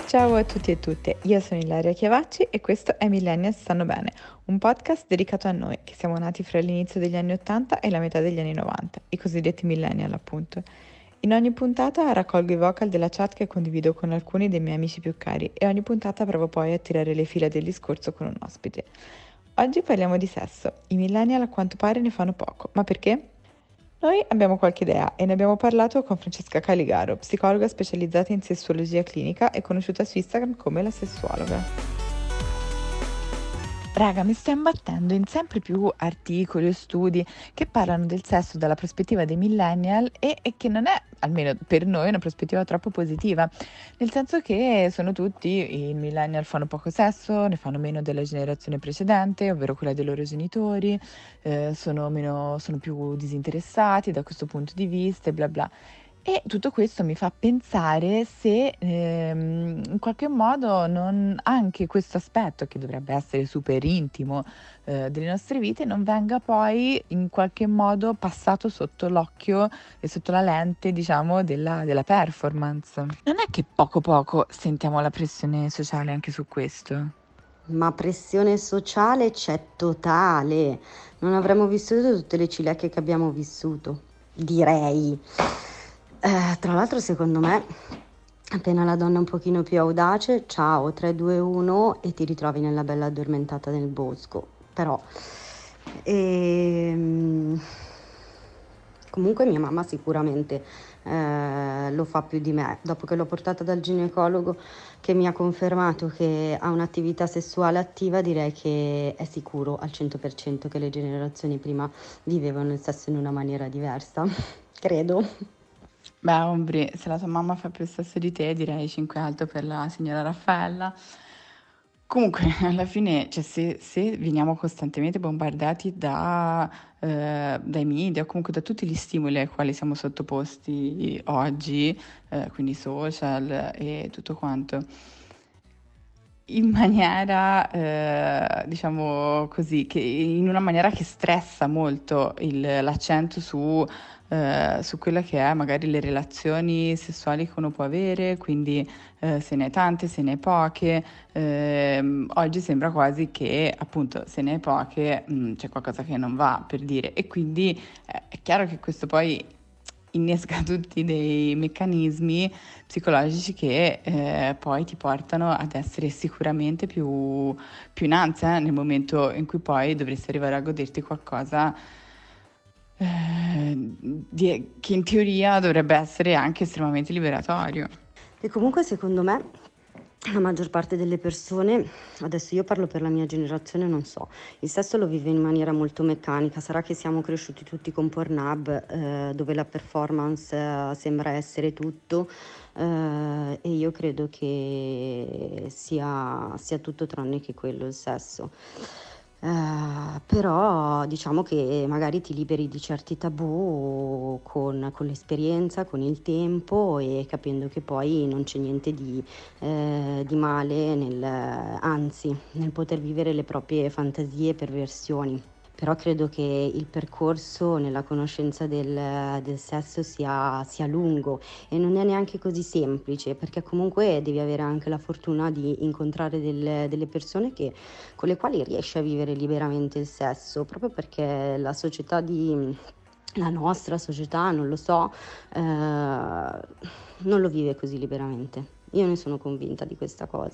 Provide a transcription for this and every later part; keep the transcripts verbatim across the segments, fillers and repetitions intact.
Ciao a tutti e tutte, io sono Ilaria Chiavacci e questo è Millennials stanno bene, un podcast dedicato a noi che siamo nati fra l'inizio degli anni ottanta e la metà degli anni novanta, i cosiddetti millennial appunto. In ogni puntata raccolgo i vocal della chat che condivido con alcuni dei miei amici più cari e ogni puntata provo poi a tirare le fila del discorso con un ospite. Oggi parliamo di sesso, i millennial a quanto pare ne fanno poco, ma perché? Noi abbiamo qualche idea e ne abbiamo parlato con Francesca Caligaro, psicologa specializzata in sessuologia clinica e conosciuta su Instagram come la sessuologa. Raga, mi sto imbattendo in sempre più articoli o studi che parlano del sesso dalla prospettiva dei millennial e, e che non è, almeno per noi, una prospettiva troppo positiva, nel senso che sono tutti, i millennial fanno poco sesso, ne fanno meno della generazione precedente, ovvero quella dei loro genitori, eh, sono, meno, sono più disinteressati da questo punto di vista e bla bla. E tutto questo mi fa pensare se ehm, in qualche modo non anche questo aspetto, che dovrebbe essere super intimo eh, delle nostre vite, non venga poi in qualche modo passato sotto l'occhio e sotto la lente, diciamo, della, della performance. Non è che poco poco sentiamo la pressione sociale anche su questo? Ma pressione sociale c'è totale. Non avremmo vissuto tutte le cilecche che abbiamo vissuto, direi. Eh, tra l'altro, secondo me, appena la donna è un pochino più audace, ciao, tre, due, uno e ti ritrovi nella bella addormentata nel bosco. Però, ehm, comunque mia mamma sicuramente eh, lo fa più di me. Dopo che l'ho portata dal ginecologo che mi ha confermato che ha un'attività sessuale attiva, direi che è sicuro al cento per cento che le generazioni prima vivevano il sesso in una maniera diversa, credo. Beh, Ombri, se la tua mamma fa più sesso di te, direi cinque alto per la signora Raffaella. Comunque, alla fine, cioè, se, se veniamo costantemente bombardati da, eh, dai media o comunque da tutti gli stimoli ai quali siamo sottoposti oggi, eh, quindi social e tutto quanto, in maniera, eh, diciamo così, che in una maniera che stressa molto il- l'accento su, eh, su quella che è magari le relazioni sessuali che uno può avere, quindi eh, se ne hai tante, se ne hai poche. Ehm, oggi sembra quasi che appunto se ne hai poche mh, c'è qualcosa che non va, per dire, e quindi eh, è chiaro che questo poi innesca tutti dei meccanismi psicologici che eh, poi ti portano ad essere sicuramente più, più in ansia nel momento in cui poi dovresti arrivare a goderti qualcosa eh, di- che in teoria dovrebbe essere anche estremamente liberatorio. E comunque secondo me la maggior parte delle persone, adesso io parlo per la mia generazione, non so, il sesso lo vive in maniera molto meccanica. Sarà che siamo cresciuti tutti con Pornhub, eh, dove la performance eh, sembra essere tutto, eh, e io credo che sia, sia tutto tranne che quello il sesso. Eh, però diciamo che magari ti liberi di certi tabù con, con l'esperienza, con il tempo e capendo che poi non c'è niente di, eh, di male nel, anzi, nel poter vivere le proprie fantasie e perversioni. Però credo che il percorso nella conoscenza del, del sesso sia, sia lungo e non è neanche così semplice, perché comunque devi avere anche la fortuna di incontrare delle, delle persone che, con le quali riesci a vivere liberamente il sesso, proprio perché la società di... la nostra società, non lo so, eh, non lo vive così liberamente. Io ne sono convinta di questa cosa.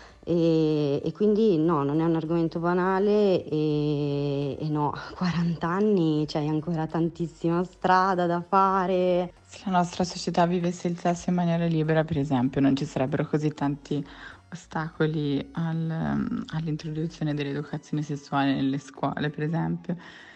E, e quindi no, non è un argomento banale e, e no, a quaranta anni c'è ancora tantissima strada da fare. Se la nostra società vivesse il sesso in maniera libera, per esempio, non ci sarebbero così tanti ostacoli al- all'introduzione dell'educazione sessuale nelle scuole, per esempio.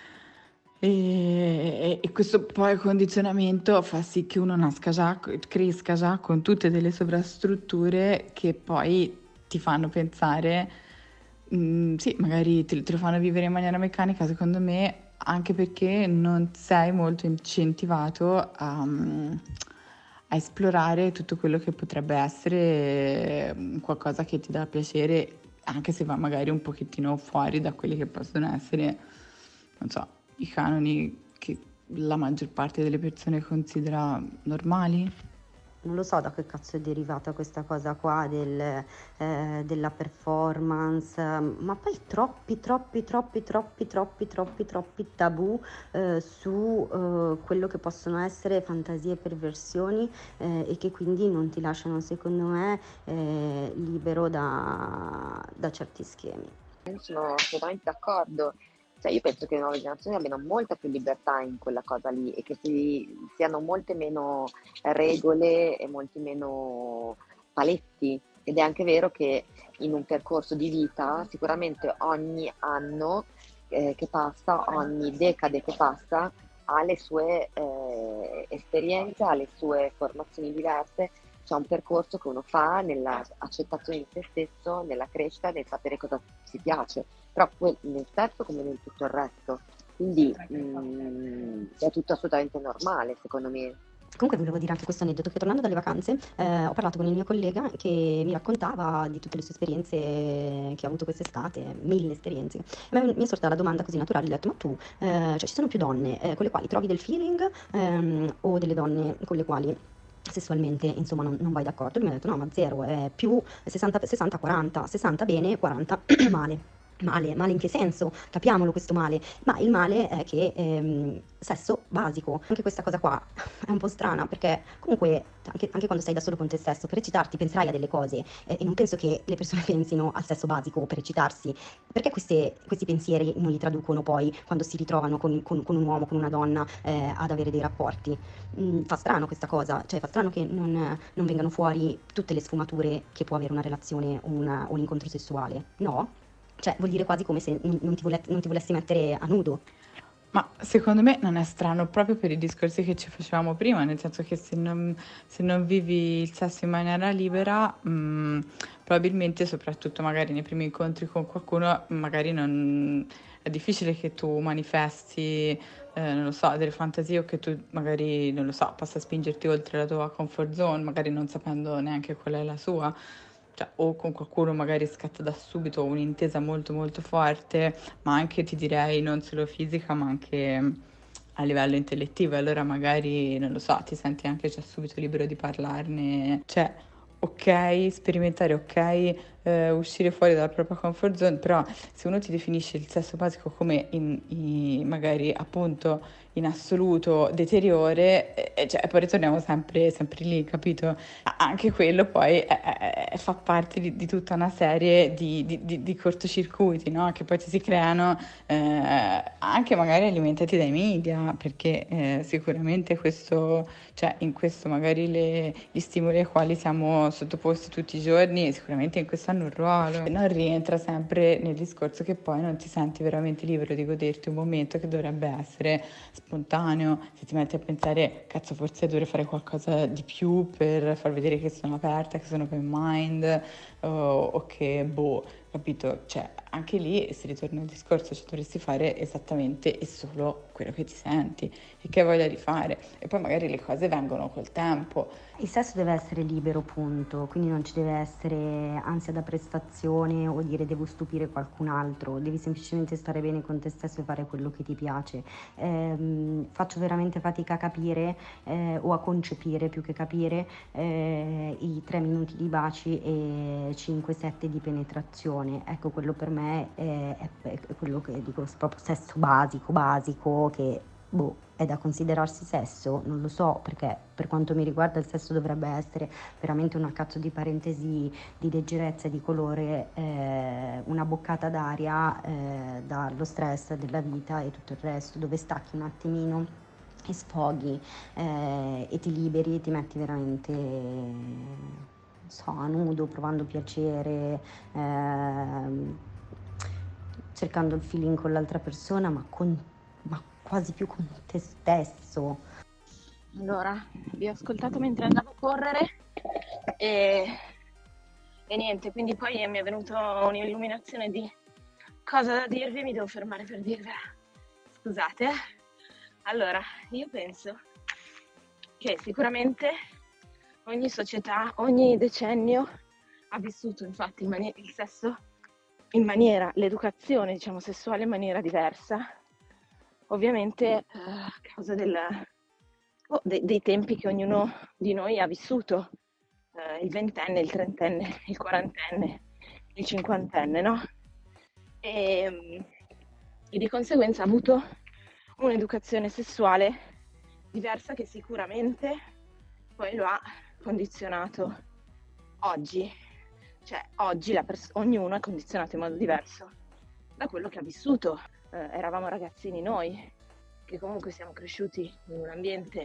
E, e questo poi condizionamento fa sì che uno nasca già, cresca già con tutte delle sovrastrutture che poi ti fanno pensare, mm, sì, magari te, te lo fanno vivere in maniera meccanica, secondo me, anche perché non sei molto incentivato a, mm, a esplorare tutto quello che potrebbe essere mm, qualcosa che ti dà piacere, anche se va magari un pochettino fuori da quelli che possono essere, non so, i canoni che la maggior parte delle persone considera normali. non lo so da che cazzo è derivata questa cosa qua del, eh, della performance, ma poi troppi, troppi, troppi, troppi, troppi, troppi, troppi tabù eh, su eh, quello che possono essere fantasie e perversioni eh, e che quindi non ti lasciano, secondo me, eh, libero da, da certi schemi. Sono assolutamente d'accordo. Cioè, io penso che le nuove generazioni abbiano molta più libertà in quella cosa lì e che si, siano molte meno regole e molti meno paletti. Ed è anche vero che in un percorso di vita, sicuramente ogni anno eh, che passa, ogni decade che passa, ha le sue eh, esperienze, ha le sue formazioni diverse. C'è un percorso che uno fa nell'accettazione di se stesso, nella crescita, nel sapere cosa si piace, però que- nel sesso come nel tutto il resto. Quindi mm, è tutto assolutamente normale, secondo me. Comunque volevo dire anche questo aneddoto che tornando dalle vacanze eh, ho parlato con il mio collega che mi raccontava di tutte le sue esperienze che ha avuto quest'estate, mille esperienze. E mi mi è sorta la domanda così naturale, gli ho detto ma tu, eh, cioè ci sono più donne eh, con le quali trovi del feeling ehm, o delle donne con le quali sessualmente insomma non, non vai d'accordo? Lui mi ha detto no ma zero, è più sessanta sessanta quaranta, sessanta bene, quaranta male. Male, male in che senso? Capiamolo questo male, ma il male è che ehm, sesso basico, anche questa cosa qua è un po' strana perché comunque anche, anche quando sei da solo con te stesso per eccitarti penserai a delle cose eh, e non penso che le persone pensino al sesso basico per eccitarsi, perché queste- questi pensieri non li traducono poi quando si ritrovano con, con- con un uomo, con una donna eh, ad avere dei rapporti. Mm, fa strano questa cosa, cioè fa strano che non, non vengano fuori tutte le sfumature che può avere una relazione o una- un incontro sessuale, no? Cioè, vuol dire quasi come se non, non ti vole- non ti volessi mettere a nudo. Ma secondo me non è strano proprio per i discorsi che ci facevamo prima, nel senso che se non, se non vivi il sesso in maniera libera, mh, probabilmente, soprattutto magari nei primi incontri con qualcuno, magari non, è difficile che tu manifesti, eh, non lo so, delle fantasie o che tu magari, non lo so, possa spingerti oltre la tua comfort zone, magari non sapendo neanche qual è la sua. Cioè, o con qualcuno magari scatta da subito un'intesa molto molto forte, ma anche ti direi non solo fisica, ma anche mm, a livello intellettivo. E allora magari, non lo so, ti senti anche già subito libero di parlarne. Cioè, ok, sperimentare, ok, eh, uscire fuori dalla propria comfort zone, però se uno ti definisce il sesso basico come in, in- magari appunto in assoluto deteriore, eh, cioè, poi ritorniamo sempre, sempre lì, capito? A- Anche quello poi è- è- è- fa parte di, di tutta una serie di, di- di- di cortocircuiti, no? Che poi ci si creano eh, anche magari alimentati dai media, perché eh, sicuramente questo, cioè in questo magari le- gli stimoli ai quali siamo sottoposti tutti i giorni, sicuramente in questo hanno un ruolo. Non rientra sempre nel discorso che poi non ti senti veramente libero di goderti un momento che dovrebbe essere spontaneo, se ti metti a pensare, cazzo, forse dovrei fare qualcosa di più per far vedere che sono aperta, che sono open mind, o, o che, boh, capito? Cioè, anche lì si ritorna al discorso, cioè dovresti fare esattamente e solo quello che ti senti e che hai voglia di fare. E poi magari le cose vengono col tempo. Il sesso deve essere libero, punto, quindi non ci deve essere ansia da prestazione o dire devo stupire qualcun altro, devi semplicemente stare bene con te stesso e fare quello che ti piace. Ehm, faccio veramente fatica a capire eh, o a concepire più che capire eh, i tre minuti di baci e cinque sette di penetrazione. Ecco, quello per me è, è- è quello che dico, proprio sesso basico, basico, che boh, è da considerarsi sesso? Non lo so, perché per quanto mi riguarda il sesso dovrebbe essere veramente una cazzo di parentesi di leggerezza e di colore, eh, una boccata d'aria eh, dallo stress della vita e tutto il resto, dove stacchi un attimino e sfoghi eh, e ti liberi e ti metti veramente, non so, a nudo, provando piacere, ehm, cercando il feeling con l'altra persona, ma con ma quasi più con te stesso. Allora, vi ho ascoltato mentre andavo a correre e, e niente, quindi poi mi è venuta un'illuminazione di cosa da dirvi, mi devo fermare per dirvela. Scusate, eh. Allora, io penso che sicuramente ogni società, ogni decennio ha vissuto infatti in mani- il sesso in maniera, l'educazione diciamo sessuale in maniera diversa, ovviamente eh, a causa del, purtroppo de- dei tempi che ognuno di noi ha vissuto, eh, il ventenne, il trentenne, il quarantenne, il cinquantenne, no? E, mm, e di conseguenza ha avuto un'educazione sessuale diversa che sicuramente poi lo ha condizionato oggi. Cioè, oggi la pers- ognuno è condizionato in modo diverso da quello che ha vissuto. Eh, eravamo ragazzini noi, che comunque siamo cresciuti in un ambiente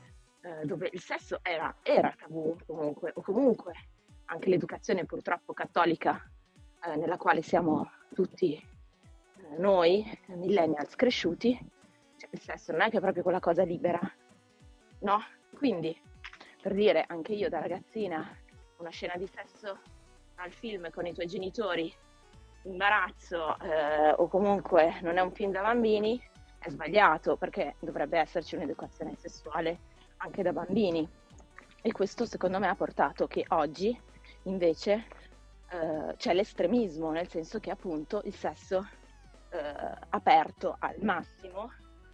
eh, dove il sesso era, era tabù comunque, o comunque anche l'educazione purtroppo cattolica eh, nella quale siamo tutti eh, noi, millennials cresciuti, cioè il sesso non è che è proprio quella cosa libera, no? Quindi, per dire, anche io da ragazzina, una scena di sesso al film con i tuoi genitori, imbarazzo eh, o comunque non è un film da bambini, è sbagliato, perché dovrebbe esserci un'educazione sessuale anche da bambini. E questo secondo me ha portato che oggi invece eh, c'è l'estremismo, nel senso che appunto il sesso eh, aperto al massimo,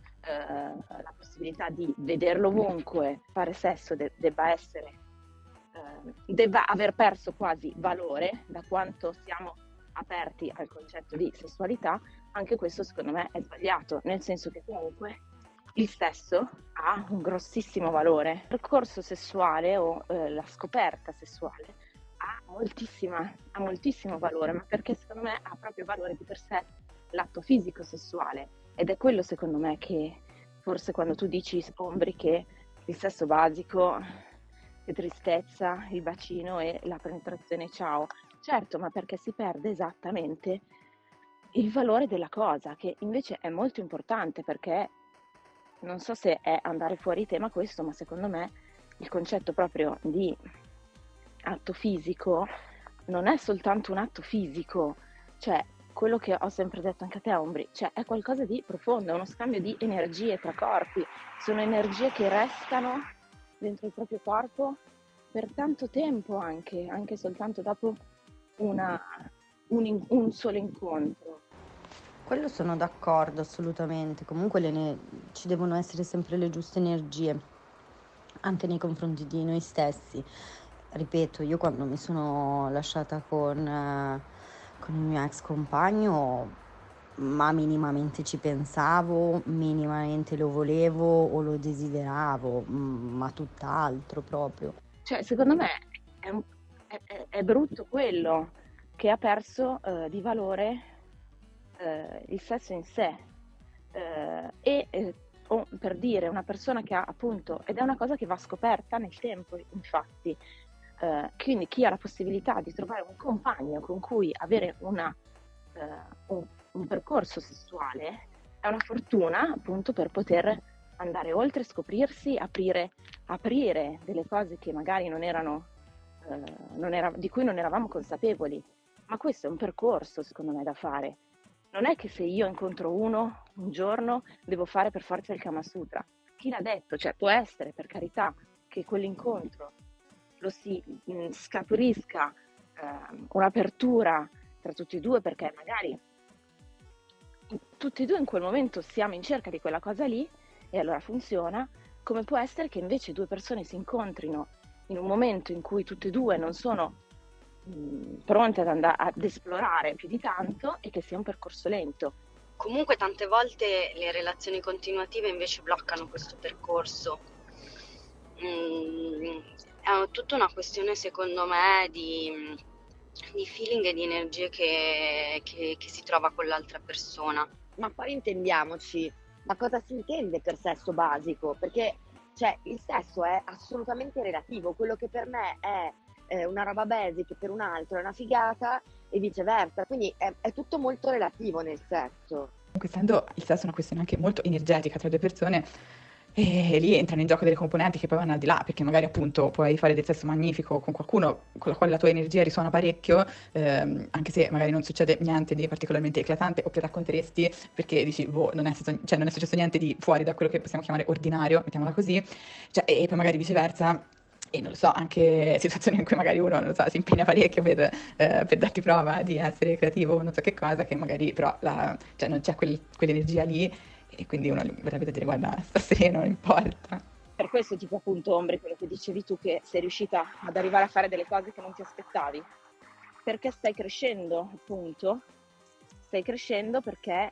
eh, la possibilità di vederlo ovunque, fare sesso de- debba essere, eh, debba aver perso quasi valore da quanto siamo aperti al concetto di sessualità. Anche questo secondo me è sbagliato, nel senso che comunque il sesso ha un grossissimo valore. Il percorso sessuale o eh, la scoperta sessuale ha moltissima, ha moltissimo valore, ma perché secondo me ha proprio valore di per sé l'atto fisico sessuale, ed è quello secondo me che forse quando tu dici, Ombri, che il sesso basico, che tristezza, il bacino e la penetrazione, ciao. Certo, ma perché si perde esattamente il valore della cosa, che invece è molto importante, perché non so se è andare fuori tema questo, ma secondo me il concetto proprio di atto fisico non è soltanto un atto fisico, cioè quello che ho sempre detto anche a te, Ombri, cioè è qualcosa di profondo, è uno scambio di energie tra corpi, sono energie che restano dentro il proprio corpo per tanto tempo, anche, anche soltanto dopo una, un, in- un solo incontro. Quello sono d'accordo assolutamente. Comunque le ne- ci devono essere sempre le giuste energie, anche nei confronti di noi stessi. Ripeto, io quando mi sono lasciata con, eh, con il mio ex compagno, ma minimamente ci pensavo, minimamente lo volevo o lo desideravo, mm, ma tutt'altro proprio. Cioè, secondo me è, un- è- è- è brutto quello che ha perso eh, di valore eh, il sesso in sé. Eh, e eh, o, per dire, una persona che ha appunto, ed è una cosa che va scoperta nel tempo, infatti, eh, quindi chi ha la possibilità di trovare un compagno con cui avere una, eh, un, un percorso sessuale è una fortuna appunto per poter andare oltre, scoprirsi, aprire, aprire delle cose che magari non erano, eh, non era, di cui non eravamo consapevoli. Ma questo è un percorso, secondo me, da fare. Non è che se io incontro uno un giorno devo fare per forza il Kama Sutra. Chi l'ha detto? Cioè, può essere, per carità, che quell'incontro lo si mh, scaturisca eh, un'apertura tra tutti e due, perché magari tutti e due in quel momento siamo in cerca di quella cosa lì e allora funziona, come può essere che invece due persone si incontrino in un momento in cui tutte e due non sono mh, pronte ad andare ad esplorare più di tanto e che sia un percorso lento. Comunque tante volte le relazioni continuative invece bloccano questo percorso. Mm, è tutta una questione secondo me di, di feeling e di energie che, che- che si trova con l'altra persona. Ma poi intendiamoci, ma cosa si intende per sesso basico? Perché cioè, il sesso è assolutamente relativo, quello che per me è eh, una roba basic, per un altro è una figata e viceversa, quindi è, è tutto molto relativo nel sesso. Comunque, essendo il sesso una questione anche molto energetica tra due persone, e lì entrano in gioco delle componenti che poi vanno al di là, perché magari appunto puoi fare del sesso magnifico con qualcuno con la quale la tua energia risuona parecchio, ehm, anche se magari non succede niente di particolarmente eclatante o che racconteresti perché dici, boh, non è, stato- cioè, non è successo niente di fuori da quello che possiamo chiamare ordinario, mettiamola così, cioè, e poi magari viceversa. E non lo so, anche situazioni in cui magari uno, non lo so, si impegna parecchio per, eh, per darti prova di essere creativo o non so che cosa, che magari però la- cioè, non c'è quel- quell'energia lì e quindi uno verrebbe da dire guarda, sta sereno, non importa. Per questo tipo appunto Ombre, quello che dicevi tu, che sei riuscita ad arrivare a fare delle cose che non ti aspettavi, perché stai crescendo, appunto, stai crescendo perché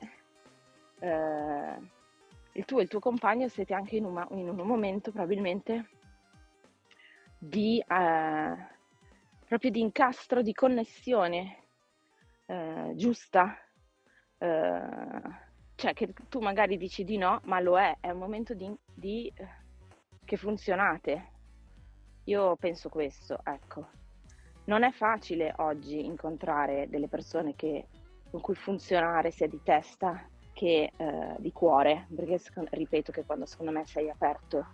eh, il tuo e il tuo compagno siete anche in un, in un momento probabilmente di eh, proprio di incastro, di connessione eh, giusta, eh, cioè che tu magari dici di no, ma lo è, è un momento di, di che funzionate. Io penso questo, ecco. Non è facile oggi incontrare delle persone che, con cui funzionare sia di testa che eh, di cuore, perché ripeto che quando secondo me sei aperto,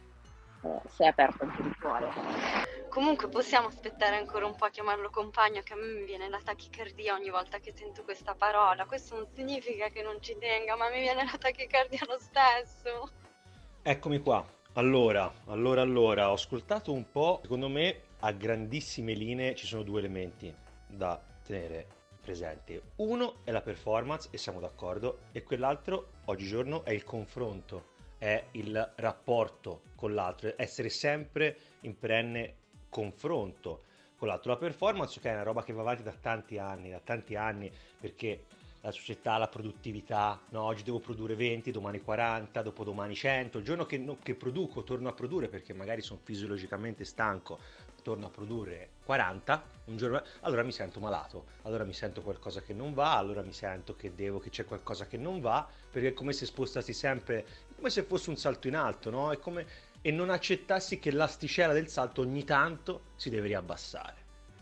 eh, sei aperto anche di cuore. Comunque possiamo aspettare ancora un po' a chiamarlo compagno, che a me mi viene la tachicardia ogni volta che sento questa parola. Questo non significa che non ci tenga, ma mi viene la tachicardia lo stesso. Eccomi qua. Allora, allora, allora, ho ascoltato un po', secondo me a grandissime linee ci sono due elementi da tenere presenti. Uno è la performance, e siamo d'accordo, e quell'altro oggigiorno è il confronto, è il rapporto con l'altro, essere sempre in perenne confronto con l'altro. La performance, che è una roba che va avanti da tanti anni, da tanti anni, perché la società, la produttività, no, oggi devo produrre venti, domani quaranta, dopodomani cento, il giorno che, no, che produco, torno a produrre perché magari sono fisiologicamente stanco, torno a produrre quaranta, un giorno, allora mi sento malato, allora mi sento qualcosa che non va, allora mi sento che devo, che c'è qualcosa che non va, perché è come se spostassi sempre, come se fosse un salto in alto, no? È come, e non accettassi che l'asticella del salto ogni tanto si deve riabbassare.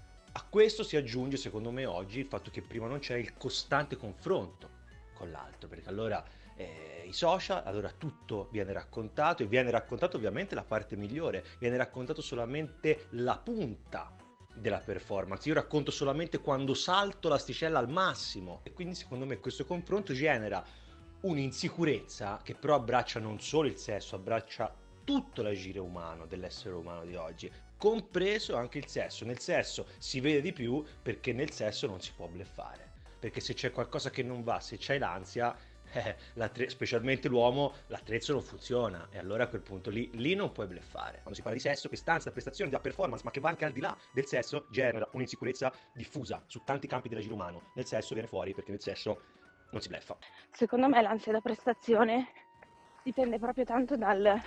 A questo si aggiunge, secondo me, oggi il fatto che prima non c'era il costante confronto con l'altro, perché allora eh, i social, allora tutto viene raccontato, e viene raccontato ovviamente la parte migliore, viene raccontato solamente la punta della performance. Io racconto solamente quando salto l'asticella al massimo, e quindi secondo me questo confronto genera un'insicurezza che però abbraccia non solo il sesso, abbraccia tutto l'agire umano dell'essere umano di oggi, compreso anche il sesso. Nel sesso si vede di più perché nel sesso non si può bluffare, perché se c'è qualcosa che non va, se c'hai l'ansia, eh, l'attre- specialmente l'uomo, l'attrezzo non funziona, e allora a quel punto lì, lì non puoi bluffare. Quando si parla di sesso, quest'ansia, prestazione, da performance, ma che va anche al di là del sesso, genera un'insicurezza diffusa su tanti campi dell'agire umano. Nel sesso viene fuori perché nel sesso non si bleffa. Secondo me l'ansia da prestazione dipende proprio tanto dal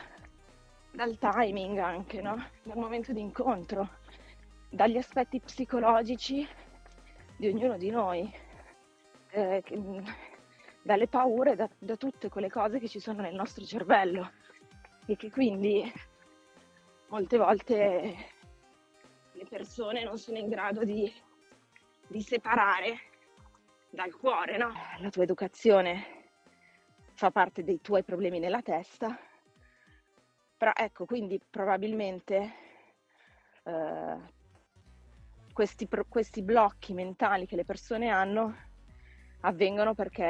dal timing anche, no? Dal momento di incontro, dagli aspetti psicologici di ognuno di noi, eh, che, dalle paure, da, da tutte quelle cose che ci sono nel nostro cervello, e che quindi molte volte le persone non sono in grado di, di separare dal cuore, no? La tua educazione fa parte dei tuoi problemi nella testa. Però ecco, quindi probabilmente eh, questi, pro- questi blocchi mentali che le persone hanno avvengono perché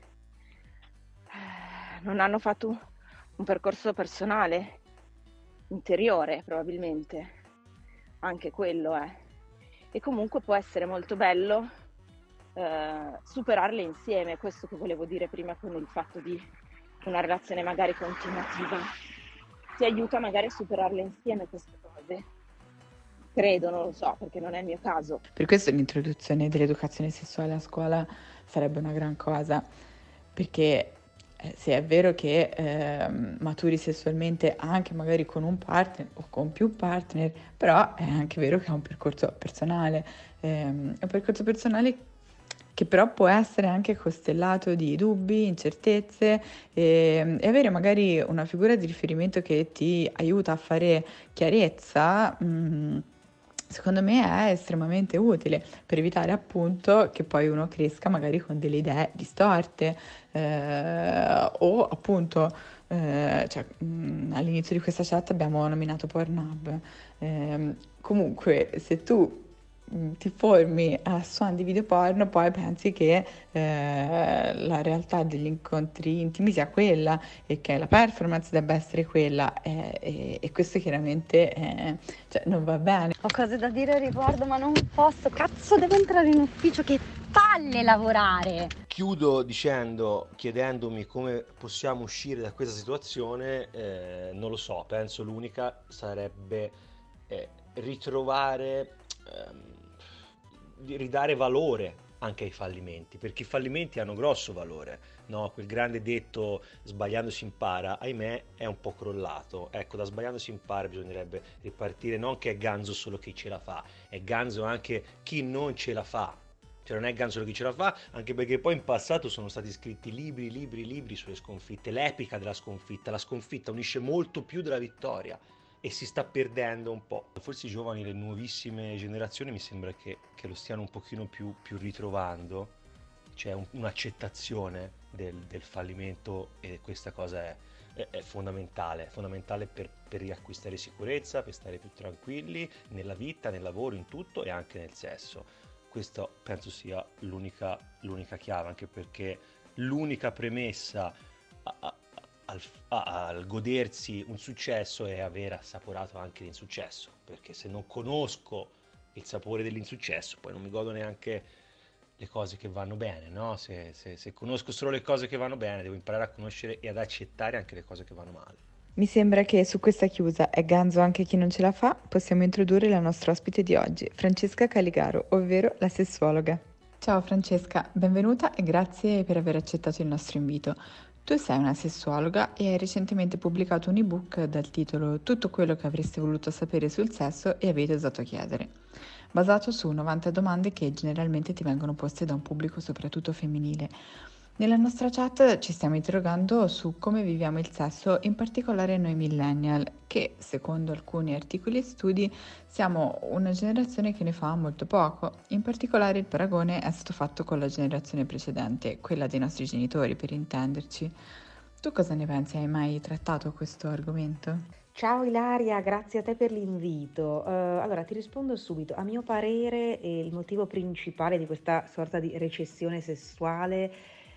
eh, non hanno fatto un, un percorso personale, interiore probabilmente, anche quello è. E comunque può essere molto bello eh, superarle insieme, questo che volevo dire prima con il fatto di una relazione magari continuativa. Ti aiuta magari a superarle insieme queste cose. Credo, non lo so, perché non è il mio caso. Per questo l'introduzione dell'educazione sessuale a scuola sarebbe una gran cosa, perché eh, se è vero che eh, maturi sessualmente anche magari con un partner o con più partner, però è anche vero che è un percorso personale, ehm, è un percorso personale che però può essere anche costellato di dubbi, incertezze, e, e avere magari una figura di riferimento che ti aiuta a fare chiarezza, mh, secondo me è estremamente utile per evitare appunto che poi uno cresca magari con delle idee distorte eh, o appunto eh, cioè, mh, all'inizio di questa chat abbiamo nominato Pornhub. Eh, comunque se tu ti formi a suon di video porno, poi pensi che eh, la realtà degli incontri intimi sia quella e che la performance debba essere quella, e, e, e questo chiaramente eh, cioè, non va bene. Ho cose da dire al riguardo, ma non posso. Cazzo, devo entrare in ufficio, che palle! palle lavorare. Chiudo dicendo, chiedendomi come possiamo uscire da questa situazione, eh, non lo so, penso l'unica sarebbe eh, ritrovare, ehm, di ridare valore anche ai fallimenti, perché i fallimenti hanno grosso valore, no? Quel grande detto sbagliando si impara, ahimè, è un po' crollato. Ecco, da sbagliando si impara bisognerebbe ripartire, non che è ganzo solo chi ce la fa, è ganzo anche chi non ce la fa. Cioè non è ganzo solo chi ce la fa, anche perché poi in passato sono stati scritti libri, libri, libri sulle sconfitte, l'epica della sconfitta, la sconfitta unisce molto più della vittoria e si sta perdendo un po'. Forse i giovani, le nuovissime generazioni mi sembra che, che lo stiano un pochino più, più ritrovando, c'è un- un'accettazione del, del fallimento e questa cosa è, è- è fondamentale, fondamentale per, per riacquistare sicurezza, per stare più tranquilli nella vita, nel lavoro, in tutto e anche nel sesso. Questa penso sia l'unica, l'unica chiave, anche perché l'unica premessa a- a- al, a- al godersi un successo è aver assaporato anche l'insuccesso, perché se non conosco il sapore dell'insuccesso, poi non mi godo neanche le cose che vanno bene, no? Se, se- se conosco solo le cose che vanno bene, devo imparare a conoscere e ad accettare anche le cose che vanno male. Mi sembra che su questa chiusa è ganzo anche chi non ce la fa, possiamo introdurre la nostra ospite di oggi, Francesca Caligaro, ovvero la sessuologa. Ciao Francesca, benvenuta e grazie per aver accettato il nostro invito. Tu sei una sessuologa e hai recentemente pubblicato un ebook dal titolo Tutto quello che avreste voluto sapere sul sesso e avete osato chiedere, basato su novanta domande che generalmente ti vengono poste da un pubblico soprattutto femminile. Nella nostra chat ci stiamo interrogando su come viviamo il sesso, in particolare noi millennial, che secondo alcuni articoli e studi siamo una generazione che ne fa molto poco. In particolare il paragone è stato fatto con la generazione precedente, quella dei nostri genitori per intenderci. Tu cosa ne pensi? Hai mai trattato questo argomento? Ciao Ilaria, grazie a te per l'invito. Eh, allora ti rispondo subito. A mio parere, eh, il motivo principale di questa sorta di recessione sessuale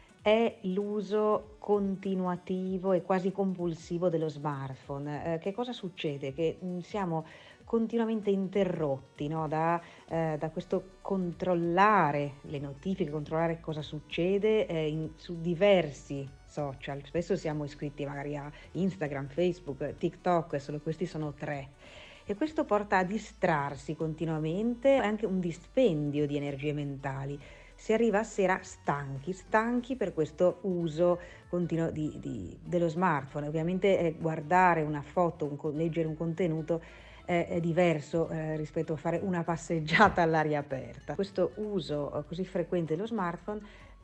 è l'uso continuativo e quasi compulsivo dello smartphone. Eh, che cosa succede? Che mh, siamo continuamente interrotti, no, da, eh, da questo controllare le notifiche, controllare cosa succede eh, in- su diversi social. Spesso siamo iscritti magari a Instagram, Facebook, TikTok, solo questi sono tre. E questo porta a distrarsi continuamente, è anche un dispendio di energie mentali. Si arriva a sera stanchi, stanchi per questo uso continuo di- di- dello smartphone. Ovviamente eh, guardare una foto, un co- leggere un contenuto eh, è diverso eh, rispetto a fare una passeggiata all'aria aperta. Questo uso eh, così frequente dello smartphone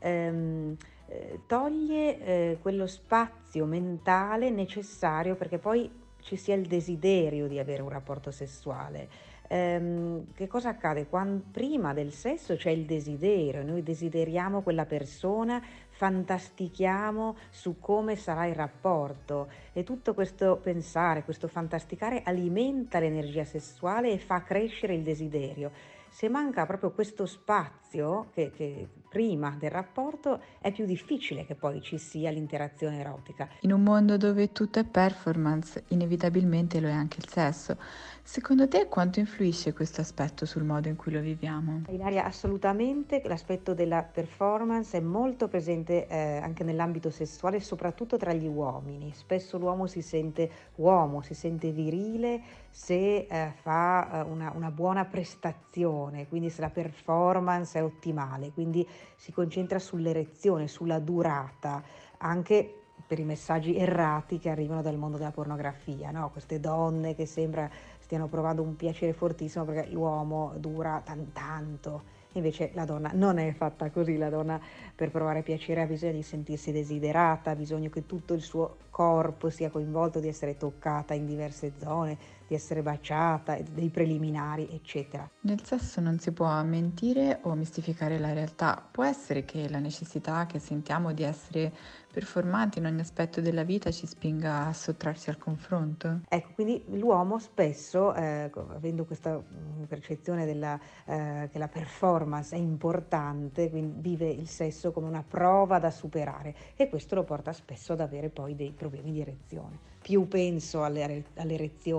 ehm, eh, toglie eh, quello spazio mentale necessario perché poi ci sia il desiderio di avere un rapporto sessuale. Ehm, che cosa accade? Quan- prima del sesso c'è il desiderio, noi desideriamo quella persona, fantastichiamo su come sarà il rapporto e tutto questo pensare, questo fantasticare alimenta l'energia sessuale e fa crescere il desiderio. Se manca proprio questo spazio che, che prima del rapporto è più difficile che poi ci sia l'interazione erotica. In un mondo dove tutto è performance, inevitabilmente lo è anche il sesso. Secondo te quanto influisce questo aspetto sul modo in cui lo viviamo? Ilaria, assolutamente l'aspetto della performance è molto presente eh, anche nell'ambito sessuale, soprattutto tra gli uomini. Spesso l'uomo si sente uomo, si sente virile se eh, fa eh, una, una buona prestazione, quindi se la performance è ottimale, quindi si concentra sull'erezione, sulla durata, anche per i messaggi errati che arrivano dal mondo della pornografia, no? Queste donne che sembra stiano provando un piacere fortissimo perché l'uomo dura tan- tanto. Invece la donna non è fatta così, la donna per provare piacere ha bisogno di sentirsi desiderata, ha bisogno che tutto il suo corpo sia coinvolto, di essere toccata in diverse zone, di essere baciata, dei preliminari, eccetera. Nel sesso non si può mentire o mistificare la realtà. Può essere che la necessità che sentiamo di essere performanti in ogni aspetto della vita ci spinga a sottrarsi al confronto? Ecco, quindi l'uomo spesso, eh, avendo questa mm, percezione della, eh, che la performance è importante, quindi vive il sesso come una prova da superare e questo lo porta spesso ad avere poi dei problemi di erezione. Più penso alle- all'erezione,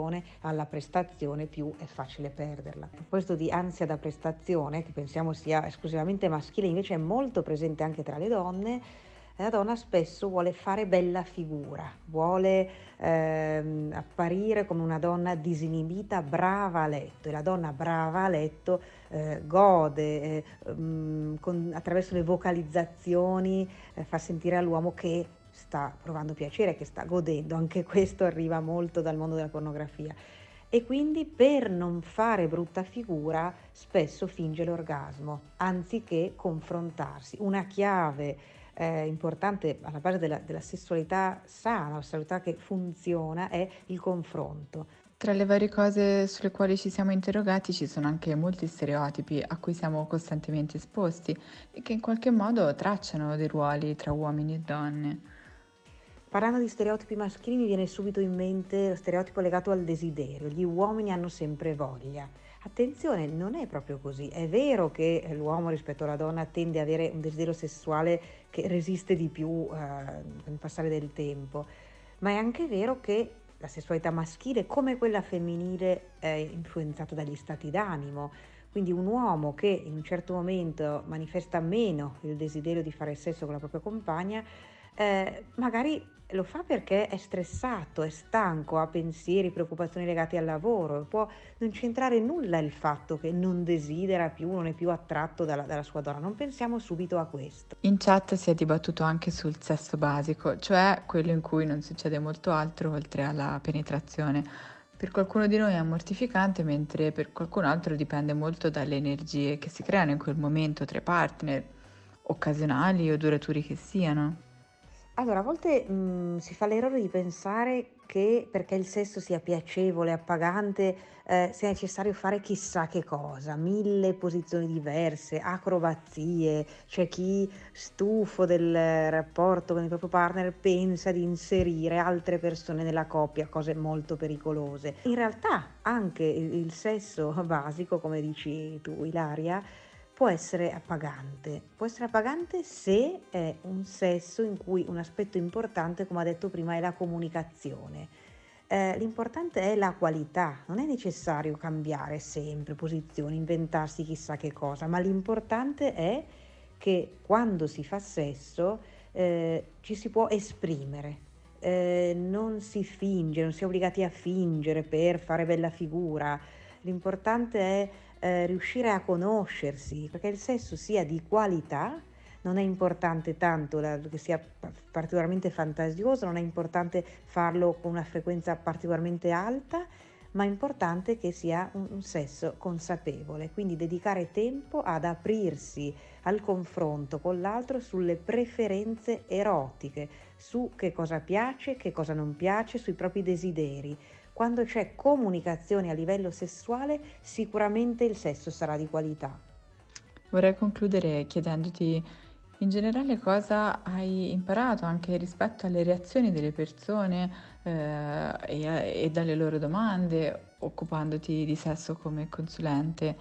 alla prestazione, più è facile perderla. A proposito di ansia da prestazione, che pensiamo sia esclusivamente maschile, invece è molto presente anche tra le donne. La donna spesso vuole fare bella figura, vuole ehm, apparire come una donna disinibita, brava a letto, e la donna brava a letto eh, gode, eh, mm, con- attraverso le vocalizzazioni eh, fa sentire all'uomo che sta provando piacere, che sta godendo. Anche questo arriva molto dal mondo della pornografia. E quindi, per non fare brutta figura, spesso finge l'orgasmo, anziché confrontarsi. Una chiave eh, importante alla base della, della sessualità sana, la sessualità che funziona, è il confronto. Tra le varie cose sulle quali ci siamo interrogati ci sono anche molti stereotipi a cui siamo costantemente esposti e che in qualche modo tracciano dei ruoli tra uomini e donne. Parlando di stereotipi maschili, mi viene subito in mente lo stereotipo legato al desiderio. Gli uomini hanno sempre voglia. Attenzione, non è proprio così. È vero che l'uomo rispetto alla donna tende ad avere un desiderio sessuale che resiste di più eh, nel passare del tempo, ma è anche vero che la sessualità maschile, come quella femminile, è influenzata dagli stati d'animo. Quindi un uomo che in un certo momento manifesta meno il desiderio di fare sesso con la propria compagna, eh, magari lo fa perché è stressato, è stanco, ha pensieri, preoccupazioni legate al lavoro. Può non c'entrare nulla il fatto che non desidera più, non è più attratto dalla, dalla sua donna. Non pensiamo subito a questo. In chat si è dibattuto anche sul sesso basico, cioè quello in cui non succede molto altro oltre alla penetrazione. Per qualcuno di noi è mortificante, mentre per qualcun altro dipende molto dalle energie che si creano in quel momento tra i partner, occasionali o duraturi che siano. Allora, a volte mh, si fa l'errore di pensare che perché il sesso sia piacevole, appagante, eh, sia necessario fare chissà che cosa, mille posizioni diverse, acrobazie. C'è chi, stufo del rapporto con il proprio partner, pensa di inserire altre persone nella coppia, cose molto pericolose. In realtà anche il, il sesso basico, come dici tu, Ilaria, può essere appagante. Può essere appagante se è un sesso in cui un aspetto importante, come ha detto prima, è la comunicazione. Eh, l'importante è la qualità, non è necessario cambiare sempre posizioni, inventarsi chissà che cosa, ma l'importante è che quando si fa sesso eh, ci si può esprimere. Eh, non si finge, non si è obbligati a fingere per fare bella figura. L'importante è eh, riuscire a conoscersi, perché il sesso sia di qualità. Non è importante tanto la, che sia particolarmente fantasioso, non è importante farlo con una frequenza particolarmente alta, ma è importante che sia un, un sesso consapevole, quindi dedicare tempo ad aprirsi al confronto con l'altro sulle preferenze erotiche, su che cosa piace, che cosa non piace, sui propri desideri. Quando c'è comunicazione a livello sessuale, sicuramente il sesso sarà di qualità. Vorrei concludere chiedendoti in generale cosa hai imparato anche rispetto alle reazioni delle persone eh, e, e dalle loro domande, occupandoti di sesso come consulente.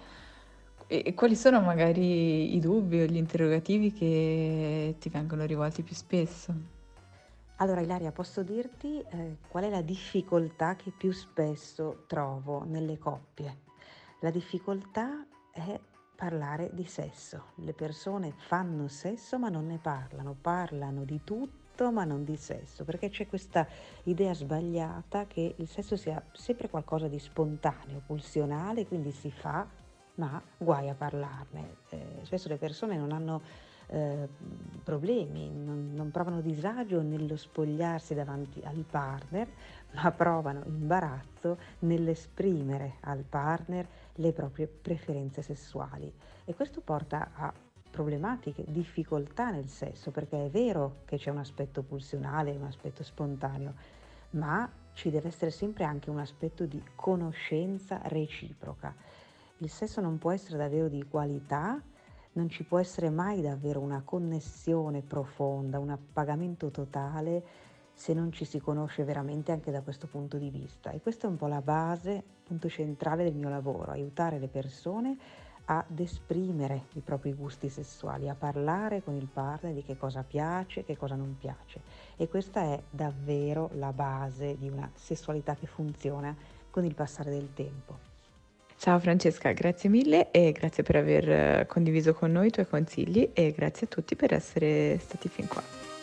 E, e quali sono magari i dubbi o gli interrogativi che ti vengono rivolti più spesso? Allora Ilaria, posso dirti eh, qual è la difficoltà che più spesso trovo nelle coppie? La difficoltà è parlare di sesso. Le persone fanno sesso ma non ne parlano, parlano di tutto ma non di sesso, perché c'è questa idea sbagliata che il sesso sia sempre qualcosa di spontaneo, pulsionale, quindi si fa, ma guai a parlarne. Eh, spesso le persone non hanno eh, problemi, non, non provano disagio nello spogliarsi davanti al partner, ma provano imbarazzo nell'esprimere al partner le proprie preferenze sessuali, e questo porta a problematiche, difficoltà nel sesso, perché è vero che c'è un aspetto pulsionale, un aspetto spontaneo, ma ci deve essere sempre anche un aspetto di conoscenza reciproca. Il sesso non può essere davvero di qualità, non ci può essere mai davvero una connessione profonda, un appagamento totale, se non ci si conosce veramente anche da questo punto di vista. E questa è un po' la base, il punto centrale del mio lavoro: aiutare le persone ad esprimere i propri gusti sessuali, a parlare con il partner di che cosa piace, che cosa non piace. E questa è davvero la base di una sessualità che funziona con il passare del tempo. Ciao Francesca, grazie mille e grazie per aver eh, condiviso con noi i tuoi consigli e grazie a tutti per essere stati fin qua.